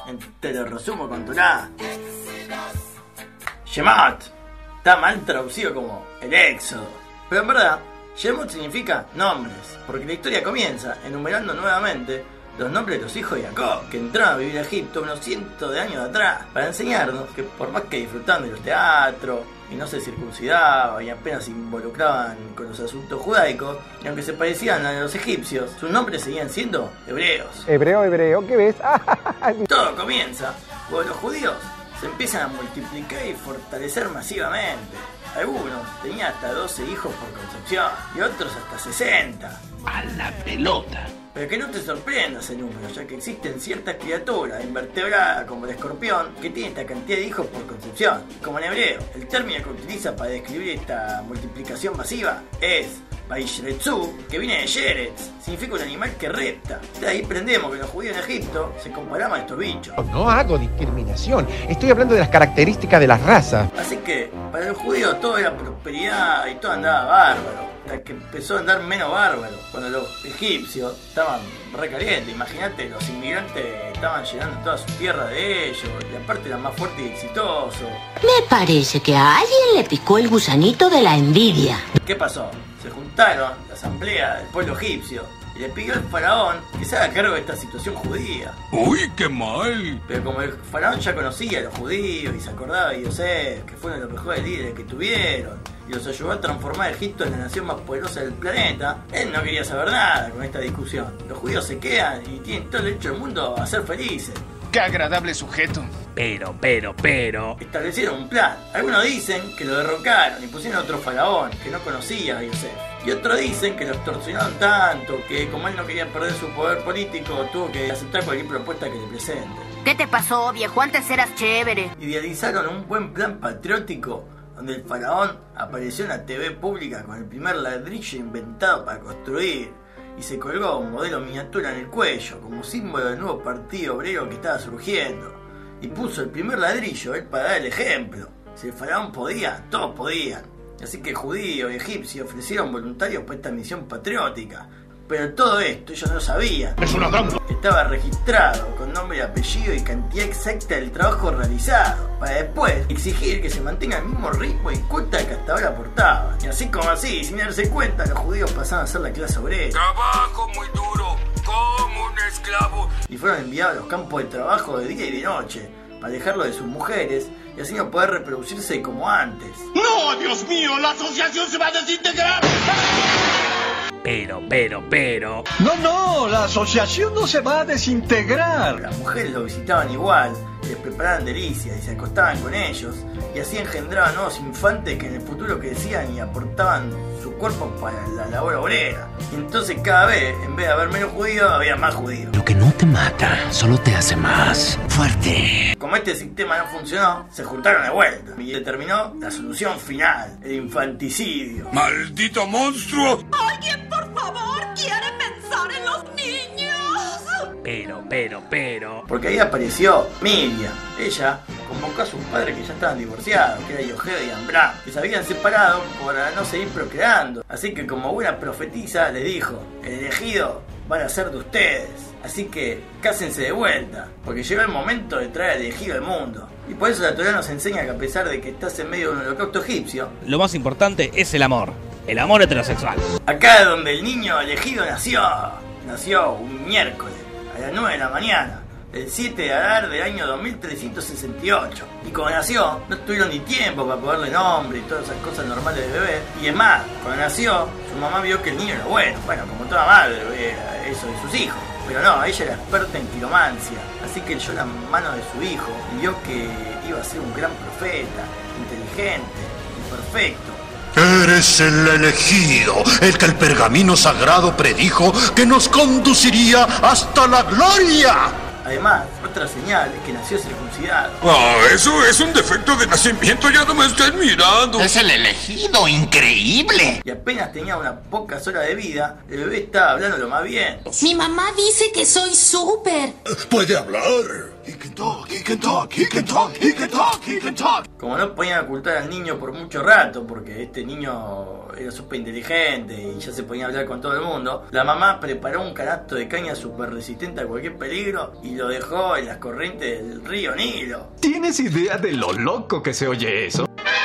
Te lo resumo con Torah. Shemot está mal traducido como el éxodo, pero en verdad Shemot significa nombres, porque la historia comienza enumerando nuevamente los nombres de los hijos de Jacob, que entraron a vivir a Egipto unos cientos de años atrás, para enseñarnos que por más que disfrutaban de los teatros y no se circuncidaban y apenas se involucraban con los asuntos judaicos, y aunque se parecían a los egipcios, sus nombres seguían siendo hebreos. Hebreo, ¿qué ves? Todo comienza cuando los judíos se empiezan a multiplicar y fortalecer masivamente. Algunos tenían hasta 12 hijos por concepción y otros hasta 60. A la pelota. Pero que no te sorprenda ese número, ya que existen ciertas criaturas invertebradas como el escorpión que tienen esta cantidad de hijos por concepción. Como en hebreo, el término que utiliza para describir esta multiplicación masiva es Vaishretzu, que viene de Sheretz, significa un animal que repta. De ahí aprendemos que los judíos en Egipto se comparaban a estos bichos. No hago discriminación, estoy hablando de las características de las razas. Así que para los judíos todo era prosperidad y todo andaba bárbaro, hasta que empezó a andar menos bárbaro cuando los egipcios estaban re calientes. Imagínate, los inmigrantes estaban llenando toda su tierra de ellos, y aparte eran más fuertes y exitosos. Me parece que a alguien le picó el gusanito de la envidia. ¿Qué pasó? Se juntaron la asamblea del pueblo egipcio y le pidió al faraón que se haga cargo de esta situación judía. ¡Uy, qué mal! Pero como el faraón ya conocía a los judíos y se acordaba de Yosef, que fueron los mejores líderes que tuvieron, y los ayudó a transformar a Egipto en la nación más poderosa del planeta, él no quería saber nada con esta discusión. Los judíos se quedan y tienen todo el derecho del mundo a ser felices. ¡Qué agradable sujeto! Pero... Establecieron un plan. Algunos dicen que lo derrocaron y pusieron a otro faraón que no conocía a Yosef. Y otros dicen que lo extorsionaron tanto que como él no quería perder su poder político, tuvo que aceptar cualquier propuesta que le presente. ¿Qué te pasó, viejo? Antes eras chévere. Idealizaron un buen plan patriótico donde el faraón apareció en la TV pública con el primer ladrillo inventado para construir y se colgó un modelo miniatura en el cuello como símbolo del nuevo partido obrero que estaba surgiendo, y puso el primer ladrillo él para dar el ejemplo. Si el faraón podía, todos podían. Así que judíos y egipcios ofrecieron voluntarios para esta misión patriótica. Pero todo esto ellos no sabían. ¡Es una trampa! Estaba registrado con nombre y apellido y cantidad exacta del trabajo realizado, para después exigir que se mantenga el mismo ritmo y cuota que hasta ahora aportaban. Y así como así, sin darse cuenta, los judíos pasaban a ser la clase obrera. Trabajo muy duro, como un esclavo. Y fueron enviados a los campos de trabajo de día y de noche, para dejarlo de sus mujeres y así no poder reproducirse como antes. ¡No, Dios mío! ¡La asociación se va a desintegrar! Pero... No, la asociación no se va a desintegrar. Las mujeres lo visitaban igual, les preparaban delicias y se acostaban con ellos, y así engendraban nuevos infantes que en el futuro crecían y aportaban su cuerpo para la labor obrera. Y entonces cada vez, en vez de haber menos judíos, había más judíos. Lo que no te mata, solo te hace más fuerte. Como este sistema no funcionó, se juntaron de vuelta y determinó la solución final, el infanticidio. ¡Maldito monstruo! ¡Alguien, por favor, quiere pensar en los niños! Pero... Porque ahí apareció Miriam. Ella convocó a sus padres que ya estaban divorciados, que era Yocheved y Amram, que se habían separado para no seguir procreando. Así que como buena profetisa les dijo, el elegido van a ser de ustedes. Así que cásense de vuelta, porque llegó el momento de traer al elegido al mundo. Y por eso la Torá nos enseña que a pesar de que estás en medio de un holocausto egipcio, lo más importante es el amor heterosexual. Acá es donde el niño elegido nació un miércoles a las 9 de la mañana, el 7 de Adar del año 2368. Y como nació, no tuvieron ni tiempo para ponerle nombre y todas esas cosas normales de bebé. Y es más, cuando nació, su mamá vio que el niño era bueno, como toda madre ve eso de sus hijos. Pero no, ella era experta en quiromancia, así que leyó la mano de su hijo y vio que iba a ser un gran profeta, inteligente y perfecto. Eres el elegido, el que el pergamino sagrado predijo que nos conduciría hasta la gloria. Además, otra señal es que nació circuncidado. Eso es un defecto de nacimiento, ya no me estés mirando. Es el elegido, increíble. Y apenas tenía unas pocas horas de vida, el bebé estaba hablando lo más bien. Mi mamá dice que soy súper. Puede hablar. Y que He can talk, he can talk, he can talk, he can talk. Como no podían ocultar al niño por mucho rato, porque este niño era súper inteligente y ya se podía hablar con todo el mundo, la mamá preparó un canasto de caña súper resistente a cualquier peligro y lo dejó en las corrientes del río Nilo. ¿Tienes idea de lo loco que se oye eso?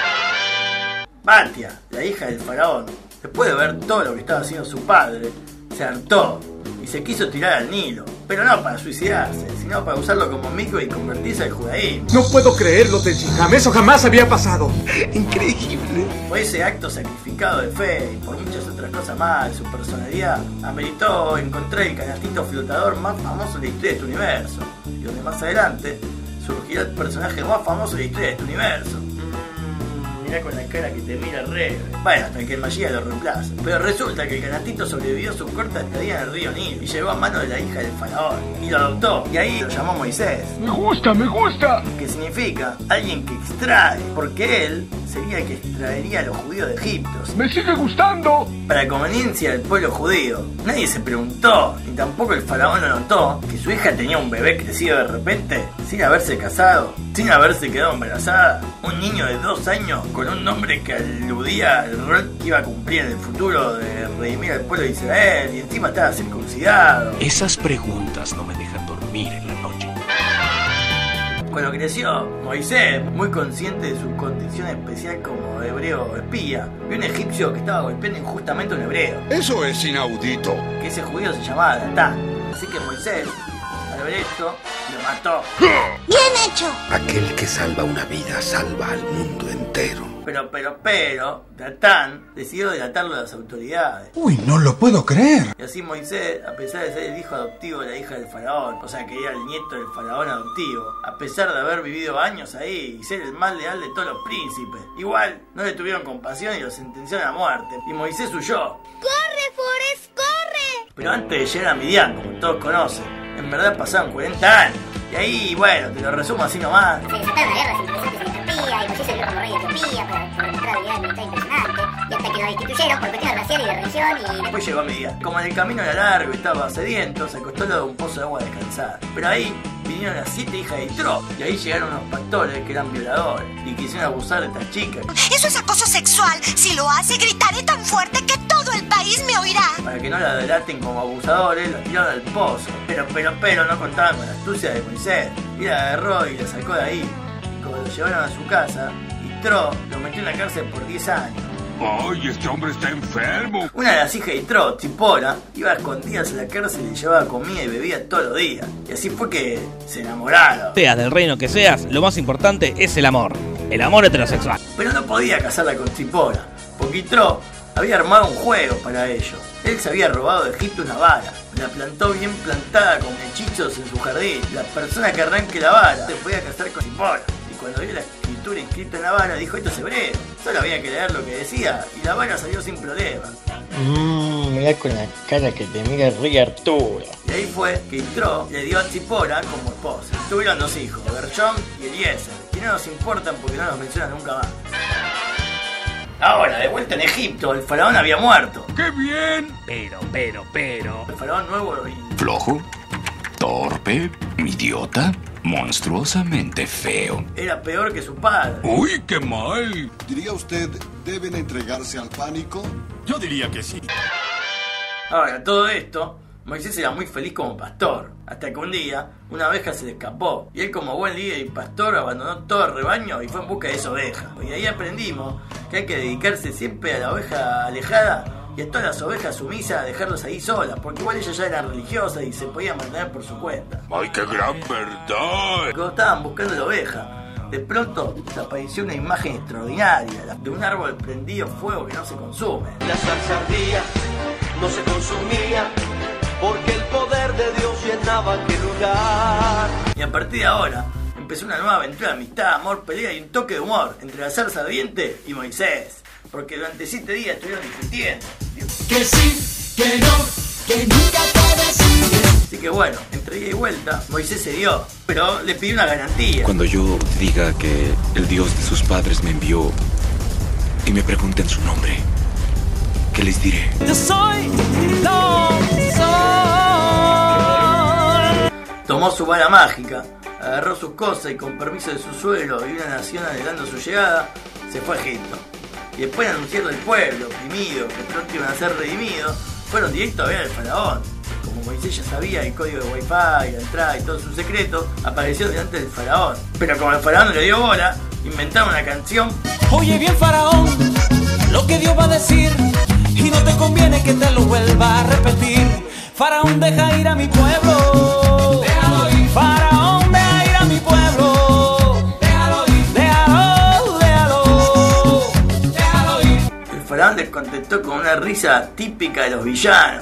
Batia, la hija del faraón, después de ver todo lo que estaba haciendo su padre, se hartó y se quiso tirar al Nilo, pero no para suicidarse, sino para usarlo como micro y convertirse al judaísmo. No puedo creerlo, Tenshinhan, eso jamás había pasado. Increíble. Por ese acto sacrificado de fe y por muchas otras cosas más, su personalidad ameritó encontrar el canastito flotador más famoso de la historia de este universo, y donde más adelante surgirá el personaje más famoso de la historia de este universo. Mirá con la cara que te mira re. Bueno, hasta que el Magia lo reemplaza. Pero resulta que el canastito sobrevivió su corta estadía en el río Nilo y llegó a manos de la hija del faraón y lo adoptó, y ahí lo llamó Moisés. Me gusta, me gusta. Que significa alguien que extrae, porque él sería el que extraería a los judíos de Egipto. Me sigue gustando. Para conveniencia del pueblo judío, nadie se preguntó, ni tampoco el faraón lo notó, que su hija tenía un bebé crecido de repente, sin haberse casado, sin haberse quedado embarazada. Un niño de 2 años con un nombre que aludía al rol que iba a cumplir en el futuro de redimir al pueblo de Israel, y encima estaba circuncidado. Esas preguntas no me dejan dormir en la noche. Cuando creció, Moisés, muy consciente de su condición especial como hebreo espía, vio un egipcio que estaba golpeando injustamente a un hebreo. Eso es inaudito. Que ese judío se llamaba Datán. Así que Moisés, al ver esto, lo mató. ¡Bien hecho! Aquel que salva una vida salva al mundo entero. Pero, Datán decidió delatarlo a las autoridades. Uy, no lo puedo creer. Y así Moisés, a pesar de ser el hijo adoptivo de la hija del faraón, o sea que era el nieto del faraón adoptivo, a pesar de haber vivido años ahí y ser el más leal de todos los príncipes, igual no le tuvieron compasión y lo sentenciaron a muerte. Y Moisés huyó. ¡Corre, Forrest, corre! Pero antes de llegar a Midian, como todos conocen, en verdad pasaron 40 años. Y ahí, bueno, te lo resumo así nomás. Se desataron las guerras interesantes en Etiopía y Moisés se vio como rey de Etiopía por demostrar habilidades militares impresionantes, y hasta que lo destituyeron por cuestiones raciales y de religión y... Después llegó a Midian. Como en el camino era largo y estaba sediento, se acostó al lado de un pozo de agua a descansar. Pero ahí vinieron las 7 hijas de Yitro, y ahí llegaron unos pastores que eran violadores y quisieron abusar de estas chicas. Eso es acoso sexual. Si lo hace, gritaré tan fuerte que todo el país me oirá. Para que no la delaten como abusadores, los tiraron al pozo. Pero no contaban con la astucia de Moisés. Y la agarró y la sacó de ahí. Y cuando lo llevaron a su casa, Yitro lo metió en la cárcel por 10 años. ¡Ay, este hombre está enfermo! Una de las hijas de Yitro, Tzipora, iba a escondidas a la cárcel y llevaba comida y bebida todos los días. Y así fue que se enamoraron. Seas del reino que seas, lo más importante es el amor heterosexual. Pero no podía casarla con Tzipora, porque Yitro había armado un juego para ello. Él se había robado de Egipto una vara, la plantó bien plantada con hechizos en su jardín. La persona que arranque la vara se podía casar con Tzipora. Y cuando vio la escritura inscrita en la vara, dijo: esto es hebreo. Solo había que leer lo que decía y la vara salió sin problema. Mirá con la cara que te mira el rey Arturo. Y ahí fue que Yitro le dio a Tzipora como esposa. Tuvieron 2 hijos, Gershom y Eliezer, que no nos importan porque no nos mencionan nunca más. Ahora, de vuelta en Egipto, el faraón había muerto. ¡Qué bien! Pero. El faraón nuevo Flojo, torpe, idiota, monstruosamente feo. era peor que su padre. ¡Uy, qué mal! ¿Diría usted, deben entregarse al pánico? Yo diría que sí. Ahora, todo esto, Moisés era muy feliz como pastor, hasta que un día una oveja se le escapó y él, como buen líder y pastor, abandonó todo el rebaño y fue en busca de esa oveja. Y ahí aprendimos que hay que dedicarse siempre a la oveja alejada y a todas las ovejas sumisas, a dejarlas ahí solas, porque igual ellas ya eran religiosas y se podían mantener por su cuenta. ¡Ay, qué gran verdad! Cuando estaban buscando la oveja, de pronto se apareció una imagen extraordinaria de un árbol prendido fuego que no se consume. La salsa ardía, no se consumía, porque el poder de Dios llenaba aquel lugar. Y a partir de ahora empezó una nueva aventura de amistad, amor, pelea y un toque de humor entre la zarza ardiente y Moisés, porque durante 7 días estuvieron discutiendo. Que sí, que no, que nunca te decide. Así que bueno, entre ida y vuelta, Moisés se dio, pero le pidió una garantía. Cuando yo diga que el Dios de sus padres me envió y me pregunten su nombre, ¿qué les diré? Yo soy lo soy. Tomó su vara mágica agarró sus cosas y con permiso de su suegro y una nación anhelando su llegada, se fue a Egipto. Y después de anunciarle al pueblo, oprimido, que pronto iban a ser redimidos, fueron directos a ver al faraón. Como Moisés ya sabía el código de Wi-Fi, la entrada y todos sus secretos, apareció delante del faraón. Pero como el faraón no le dio bola, inventaron una canción. Oye bien, faraón, lo que Dios va a decir, y no te conviene que te lo vuelva a repetir. Faraón, deja ir a mi pueblo. Déjalo ir. Faraón, deja ir a mi pueblo. Déjalo ir. Déjalo ir. El faraón les contestó con una risa típica de los villanos.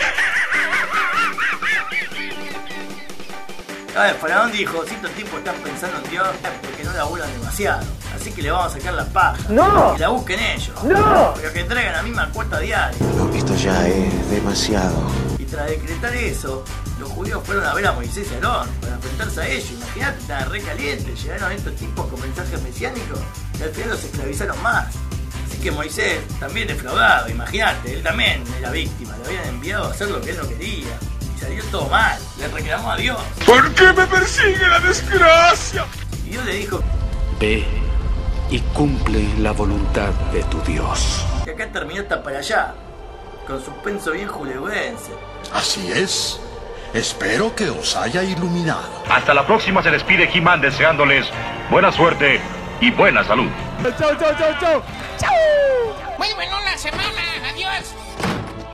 El faraón dijo, si estos tipos están pensando en Dios es porque no laburan demasiado, así que le vamos a sacar la paja. ¡No! Que la busquen ellos. ¡No! Pero que traigan la misma cuota diaria. No, esto ya es demasiado. Y tras decretar eso, los judíos fueron a ver a Moisés y Aarón para enfrentarse a ellos. Imagínate, estaban re calientes, llegaron estos tipos con mensajes mesiánicos y al final los esclavizaron más. Así que Moisés, también defraudado, imagínate, él también era víctima, le habían enviado a hacer lo que él no quería. Salió todo mal, le reclamó a Dios. ¿Por qué me persigue la desgracia? Y Dios le dijo: ve y cumple la voluntad de tu Dios. Y acá terminó hasta para allá, con suspenso bien hollywoodense. Así es. Espero que os haya iluminado. Hasta la próxima, se despide He-Man deseándoles buena suerte y buena salud. Chau, chau, chau, chau. Muy buena la semana, adiós.